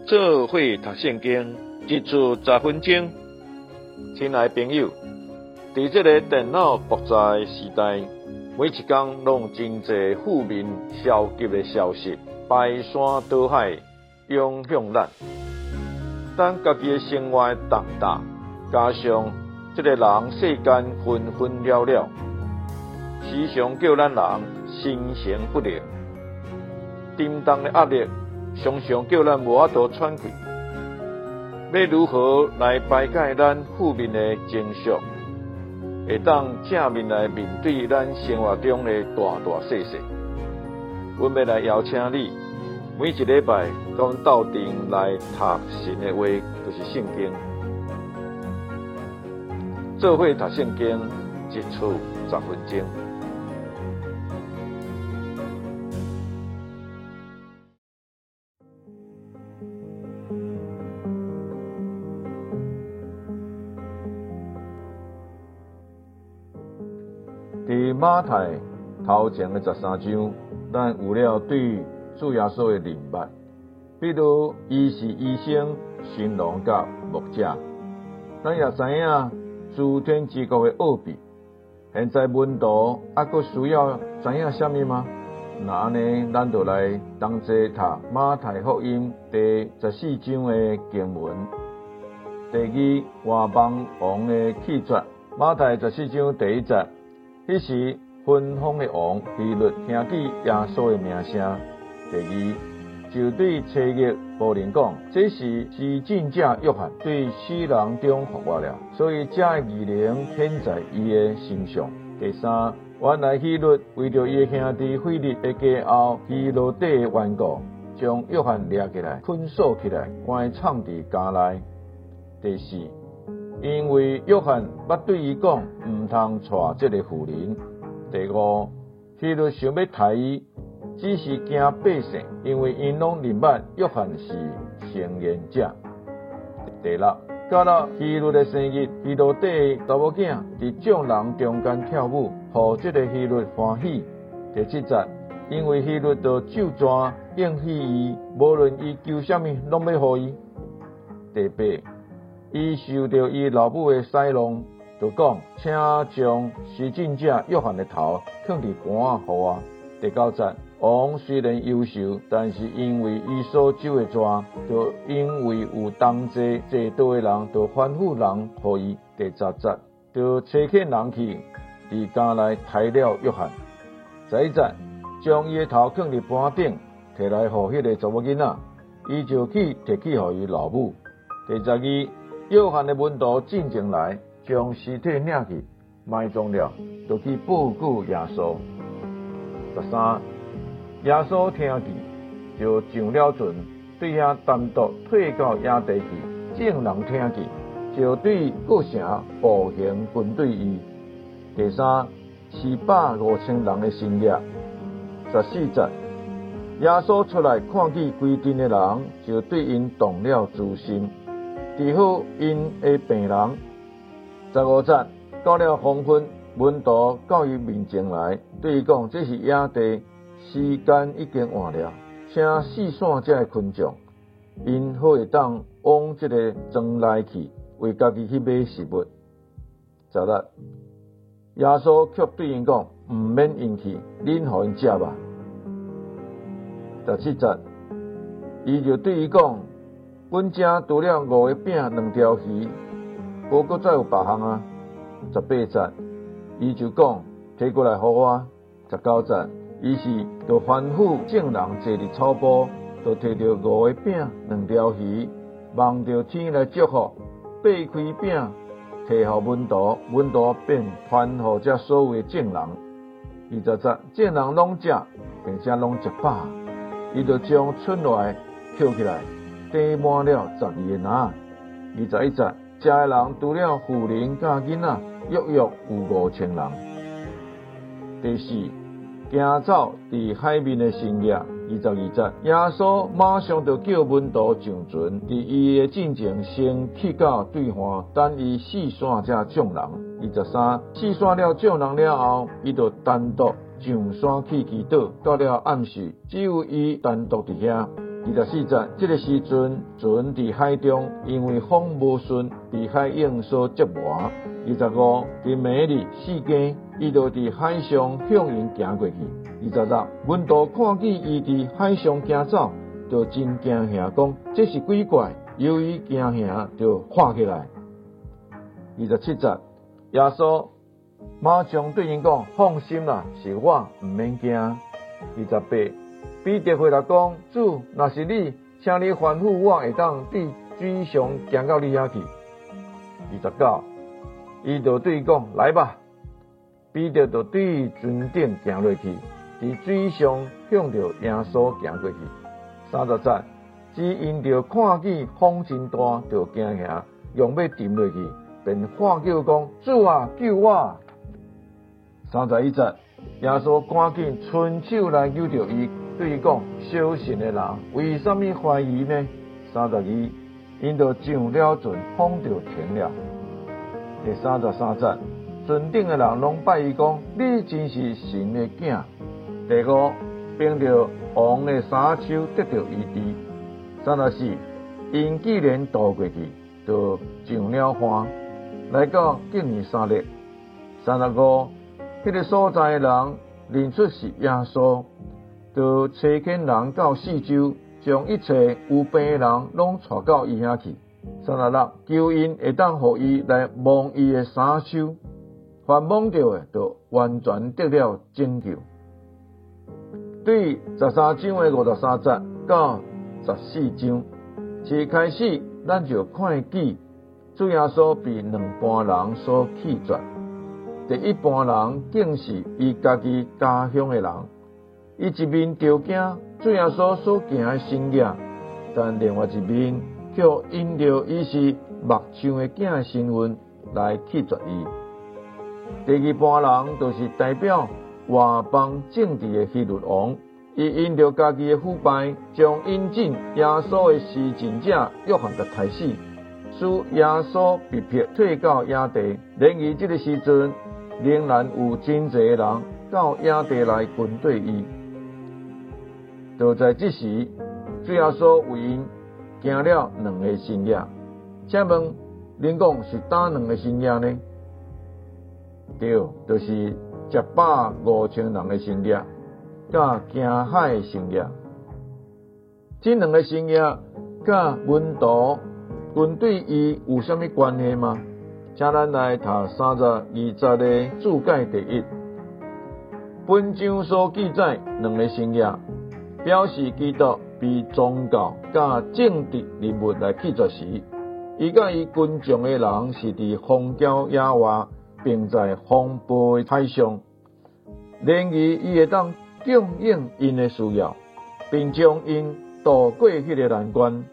做伙读圣经，一次10分钟。亲爱的朋友，在这个电脑复杂的时代，每一天拢真侪负面消极的消息排山倒海涌向咱。咱家己的生活重大，加上这个人世间纷纷扰扰，时常叫咱人心神不宁。沉重的压力常常叫咱无法度喘气。要如何来排解咱负面的情绪，会当正面来面对咱生活中的大大小小？阮要来邀请你，每一礼拜跟阮斗阵来读神的话，就是圣经。做伙读圣经，一次10分钟。伫马太头前的13章，咱有了对主耶稣的认捌，比如伊是医生、神农甲牧者。咱也知影诸天之国的奥秘。现在门徒还佫需要知影什么吗？那安尼，咱就来同齐读马太福音第14章的经文。第2，外邦王的气绝。马太14章第1节。迄时，分封的王希律听见耶稣的名声。第2，就对车役仆人讲：这是施浸者约翰对死人中复活了，所以这义灵显在伊的身上。第3，原来希律为着伊的兄弟腓力的家后希罗底的缘故，将约翰抓起来，捆锁起来，关藏伫家内。第4，因为约翰捌对伊讲，毋通带这个妇人。第5，希律想要杀伊，只是惊百姓，因为因拢认捌约翰是先言者。第6，到了希律的生日，希罗底查某囝伫众人中间跳舞，互这个希律欢喜。第7节，因为希律就手抓应许伊，无论伊求什么，拢要互伊。第8，伊受到伊老母的使弄，就讲，请将施浸者约翰的头放伫盘仔互我。第9节，王虽然忧愁，但是因为伊所酒的蛇，就因为有同齐济道的人，就吩咐人互伊。第10节，就差遣人去伫家内抬了约翰。11节，将伊的头放伫盘顶，摕来互迄个查某囡仔，伊就去摕去互伊老母。第12，约翰的门徒进前来，将尸体领去埋葬了，就去报告耶稣。13，耶稣听见，就上了船，对遐单独退到野地去。众人听见，就对各城步行跟对伊。第3，是45000人的生业。14节，耶稣出来看见规阵的人，就对因动了诛心，治好因的病人。15节，到了黄昏，门徒到伊面前来，对伊讲：这是野地，时间已经晚了，请四散这的群众，因好会当往这个庄内去，为家己去买食物。16，耶稣却对因讲：毋免因去，恁互因食吧。17节，伊就对伊讲：阮遮除了5个饼2条鱼，无搁再有别项啊。18节，伊就讲：摕过来互我。19节，伊是就吩咐众人坐伫草坡，就摕到5个饼2条鱼，望着天来祝福，掰开饼，摕互门徒，门徒便传互这所有的众人。20节，众人拢食，并且拢食饱，伊就将剩来捡起来，堆满了12个篮。21节，食的人除了妇人甲囡仔，约有5000人。第4，行走伫海面的生业。22节，耶稣马上就叫门徒上船，伫伊的进前先去到对岸，等伊四散这众人。23，四散了众人了后，伊就单独上山去祈祷。到了暗时，只有伊单独伫遐。 24节，这个时阵，船伫海中，因为风无顺，被海涌所折磨。25，伫美丽世间，伊就伫海上向因行过去。26，阮都看见伊伫海上行走，就真惊吓，讲这是鬼怪，由于惊吓就看起来。27节，耶稣马上对因讲：放心啦，是我，毋免惊。28，彼得回答讲：主，若是你，请你吩咐我会当伫水上行到你遐去。29，伊就对伊讲：来吧。彼得就对船顶行落去，伫水上向着耶稣行过去。30节，只因着看见风真大，就惊吓，用要沉落去，便喊叫讲：主啊，救我！31节，耶稣赶紧伸手来救着伊，对伊讲：小信的人，为什么怀疑呢？32，因就上了船，风就停了。第33节，船顶的人拢拜伊讲：你真是神的囝。第5，并着王的沙手得到医治。34，因既然渡过去，就上了岸，来到基尼撒勒。35，迄个所在的人认出是耶稣，就找遣人到四周，将一切有病的人拢带到伊遐去。36，求因会当互伊来摸伊的沙手，凡摸到的，就完全得了拯救。对13章的53节到14章，一开始咱就看见主耶稣被两半人所弃绝。第一半人竟是伊家己家乡的人，伊一面着惊主耶稣所行的神迹，但另外一面却因着伊是目睭的囝的身份来弃绝伊。第二半人就是代表外邦政治的希律王，伊因着家己的腐败，将引进耶稣的施浸者约翰甲杀死，使耶稣被迫退到野地。然而这个时阵，仍然有真侪人到野地来跟对伊。就在这时，主耶稣为因行了两个神迹。请问恁讲是哪两个神迹呢？对，就是150,000人的神迹，甲行海的神迹。这两个神迹甲门徒跟对伊有啥物关系吗？请咱来读30、20的注解第一。本章所记载两个神迹，表示基督被宗教甲政治人物来弃绝时，伊甲伊群众的人是伫荒郊野外，并在风暴的海上。然而，伊会当供应因的需要，并将因渡过迄个难关。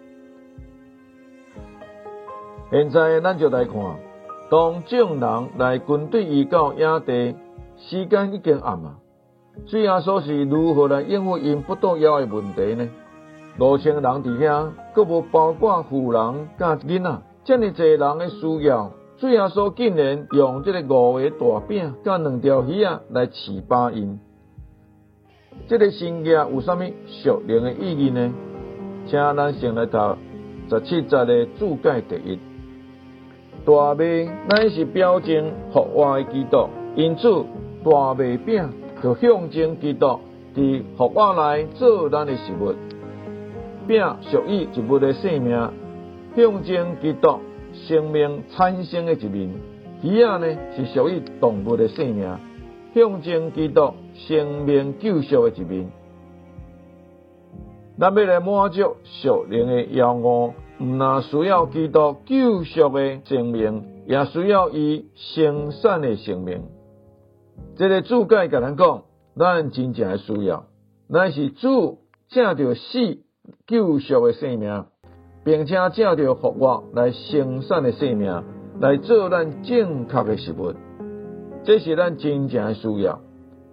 现在咱就来看，当众人来跟对伊到野地，时间已经暗啊。主耶稣是如何来应付因不渡妖的问题呢？5000人伫遐，佫无包括妇人甲囡仔，这么侪人的需要，主耶稣竟然用这个5个大饼甲2条鱼仔来饲饱因。这个神迹有啥物属灵的意义呢？请咱先来读17节的注解第一。大麦乃是表征复活的基督，因此大麦饼就象征基督伫复活内做咱的食物。饼属于一物的生命，象征基督生命产生的一面。鱼仔呢是属于动物的生命，象征基督生命救赎的一面。咱要来满足属灵的要求，唔但需要基督救赎的生命，也需要伊生产的生命。这个注解甲咱讲，咱真正的需要，乃是主借着死救赎的生命，并且借着复活来生产的生命，来做咱正确的食物。这是咱真正的需要。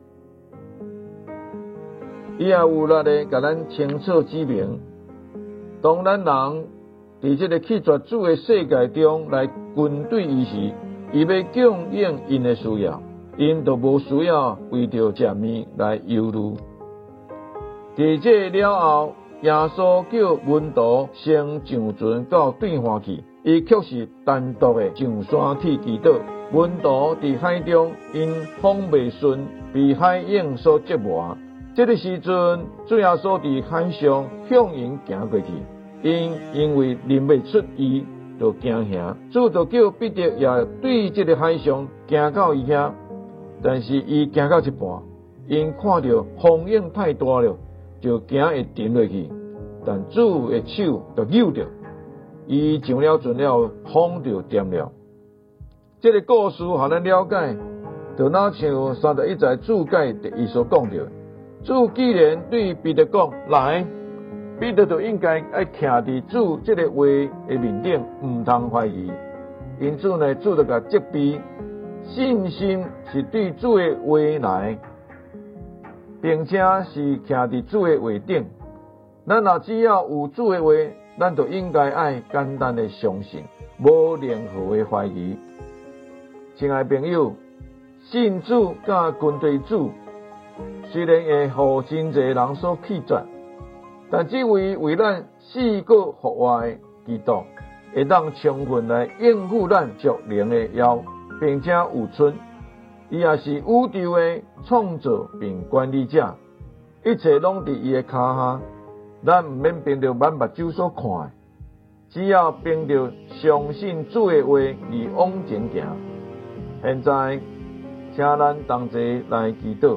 伊也有力的甲咱清楚指明，当咱人伫这个弃绝主的世界中来跟对伊时，伊要供应因的需要，因就无需要为着食面来忧虑。伫这了后， 耶稣叫门徒先上船到对岸去，伊却是单独的上山去祈祷。门徒伫海中因风未顺，被海涌所折磨。这个时阵，主耶稣伫海上向因行过去，因为认不出伊，就惊吓。主就叫彼得也对这个海上行到伊遐，但是伊行到一半，因看到风涌太大了，就惊会沉落去。但主的手就扭着，伊上了船了，风就掂了。这个故事让咱了解，就哪像31节注解第一所讲到，主既然对彼得讲来，彼得就应该要徛伫主这个话的面顶，唔通怀疑。因此呢，主就甲责备，信心是对主的话来，并且是徛伫主的话顶。咱若只要有主的话，咱就应该爱简单的相信，无任何的怀疑。亲爱朋友，信主甲跟随主，虽然会互真侪人所弃绝，但这位为咱死过复活的基督，会当充分来应付咱属灵的要，并且有存。伊也是宇宙的创造并管理者，一切拢伫伊的脚下。咱毋免凭着眼目睭所看的，只要凭着相信主的话而往前行。现在，请咱同齐来祈祷。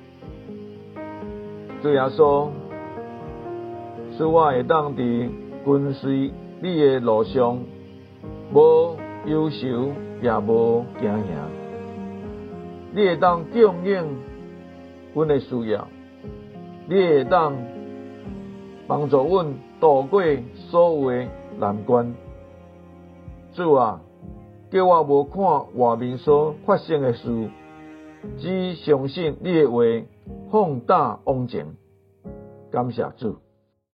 主耶稣，使我会当伫跟随你的路上，无忧愁也无惊吓。你会当供应阮的需要，你会当帮助阮度过所有的难关。主啊，叫我无看外面所发生的事，只相信你的话，放胆往前。感谢主。